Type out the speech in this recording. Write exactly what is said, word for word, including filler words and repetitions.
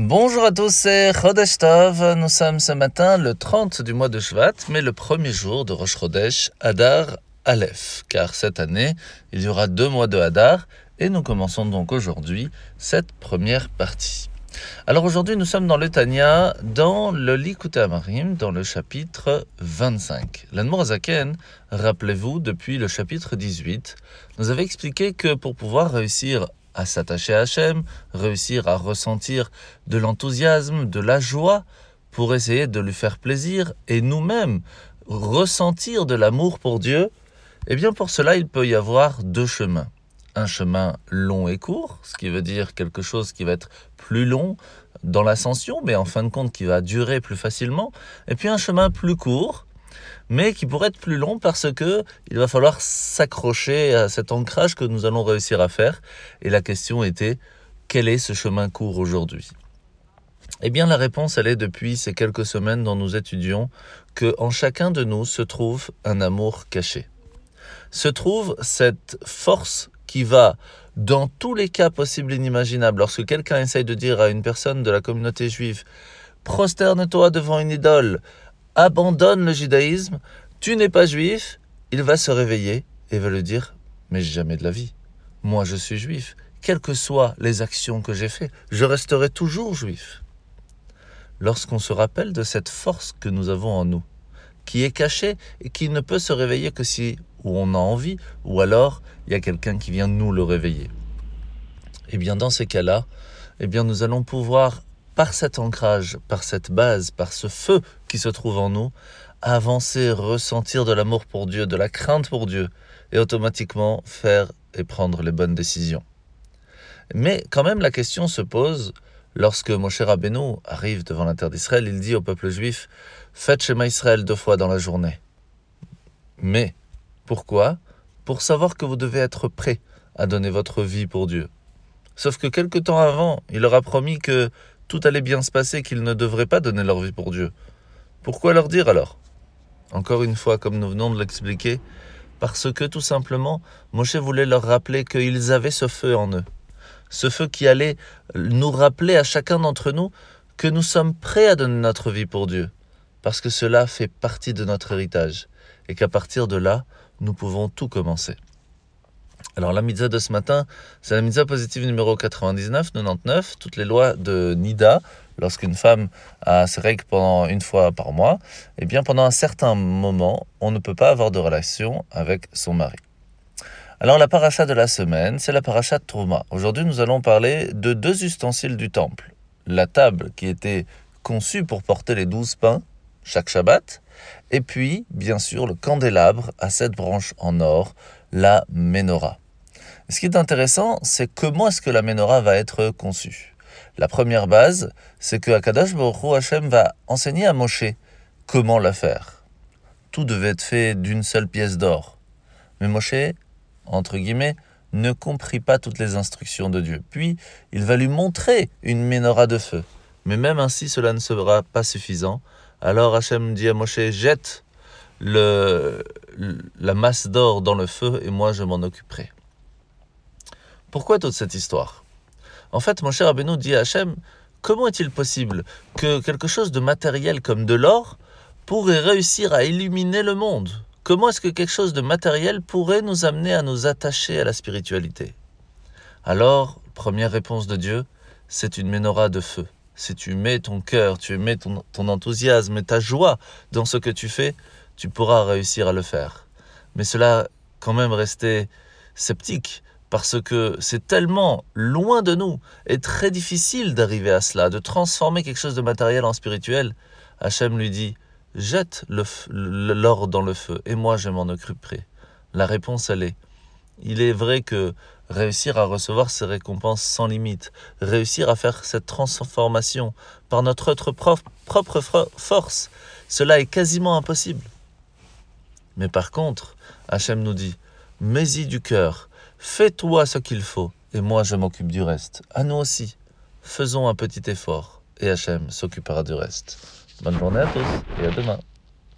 Bonjour à tous, c'est Chodesh Tov. Nous sommes ce matin le trente du mois de Shvat, mais le premier jour de Rosh Chodesh Adar Aleph, car cette année, il y aura deux mois de Hadar, et nous commençons donc aujourd'hui cette première partie. Alors aujourd'hui, nous sommes dans le Tanya, dans le Likutei Amarim, dans le chapitre vingt-cinq. L'Admor Hazaken, rappelez-vous, depuis le chapitre dix-huit, nous avait expliqué que pour pouvoir réussir à s'attacher à Hachem, réussir à ressentir de l'enthousiasme, de la joie, pour essayer de lui faire plaisir, et nous-mêmes ressentir de l'amour pour Dieu, eh bien pour cela, il peut y avoir deux chemins. Un chemin long et court, ce qui veut dire quelque chose qui va être plus long dans l'ascension, mais en fin de compte qui va durer plus facilement, et puis un chemin plus court, mais qui pourrait être plus long parce que il va falloir s'accrocher à cet ancrage que nous allons réussir à faire. Et la question était, quel est ce chemin court aujourd'hui ? Eh bien, la réponse, elle est depuis ces quelques semaines dont nous étudions que en chacun de nous se trouve un amour caché. Se trouve cette force qui va, dans tous les cas possibles et inimaginables, lorsque quelqu'un essaye de dire à une personne de la communauté juive « Prosterne-toi devant une idole », abandonne le judaïsme, tu n'es pas juif, il va se réveiller et va le dire « mais jamais de la vie, moi je suis juif, quelles que soient les actions que j'ai faites, je resterai toujours juif ». Lorsqu'on se rappelle de cette force que nous avons en nous, qui est cachée et qui ne peut se réveiller que si ou on a envie, ou alors il y a quelqu'un qui vient nous le réveiller. Et bien dans ces cas-là, eh bien nous allons pouvoir par cet ancrage, par cette base, par ce feu qui se trouve en nous, avancer, ressentir de l'amour pour Dieu, de la crainte pour Dieu, et automatiquement faire et prendre les bonnes décisions. Mais quand même la question se pose, lorsque Moshe Rabbeinu arrive devant la terre d'Israël, il dit au peuple juif, faites Shema Israël deux fois dans la journée. Mais, pourquoi ? Pour savoir que vous devez être prêt à donner votre vie pour Dieu. Sauf que quelque temps avant, il leur a promis que tout allait bien se passer, qu'ils ne devraient pas donner leur vie pour Dieu. Pourquoi leur dire alors ? Encore une fois, comme nous venons de l'expliquer, parce que tout simplement, Moshe voulait leur rappeler qu'ils avaient ce feu en eux. Ce feu qui allait nous rappeler à chacun d'entre nous que nous sommes prêts à donner notre vie pour Dieu. Parce que cela fait partie de notre héritage. Et qu'à partir de là, nous pouvons tout commencer. Alors la mitzvah de ce matin, c'est la mitzvah positive numéro quatre-vingt-dix-neuf, quatre-vingt-dix-neuf, toutes les lois de Nida, lorsqu'une femme a ses règles pendant une fois par mois, eh bien pendant un certain moment, on ne peut pas avoir de relation avec son mari. Alors la paracha de la semaine, c'est la paracha de Trouma. Aujourd'hui, nous allons parler de deux ustensiles du temple. La table qui était conçue pour porter les douze pains, chaque Shabbat, et puis, bien sûr, le candélabre à sept branches en or, la Ménorah. Ce qui est intéressant, c'est comment est-ce que la Ménorah va être conçue. La première base, c'est que Akadosh Baruch Hu Hashem va enseigner à Moshe comment la faire. Tout devait être fait d'une seule pièce d'or. Mais Moshe, entre guillemets, ne comprit pas toutes les instructions de Dieu. Puis, il va lui montrer une Ménorah de feu. Mais même ainsi, cela ne sera pas suffisant. Alors Hachem dit à Moshe, jette le, la masse d'or dans le feu et moi je m'en occuperai. Pourquoi toute cette histoire ? En fait, Moshe Rabbeinu dit à Hachem, comment est-il possible que quelque chose de matériel comme de l'or pourrait réussir à illuminer le monde ? Comment est-ce que quelque chose de matériel pourrait nous amener à nous attacher à la spiritualité ? Alors, première réponse de Dieu, c'est une Ménorah de feu. Si tu mets ton cœur, tu mets ton, ton enthousiasme et ta joie dans ce que tu fais, tu pourras réussir à le faire. Mais cela, quand même, rester sceptique, parce que c'est tellement loin de nous et très difficile d'arriver à cela, de transformer quelque chose de matériel en spirituel. Hachem lui dit, jette le, l'or dans le feu et moi je m'en occuperai. La réponse, elle est, il est vrai que réussir à recevoir ces récompenses sans limite, réussir à faire cette transformation par notre propre force, cela est quasiment impossible. Mais par contre, Hachem nous dit, mets-y du cœur, fais-toi ce qu'il faut, et moi je m'occupe du reste. À nous aussi, faisons un petit effort, et Hachem s'occupera du reste. Bonne journée à tous, et à demain.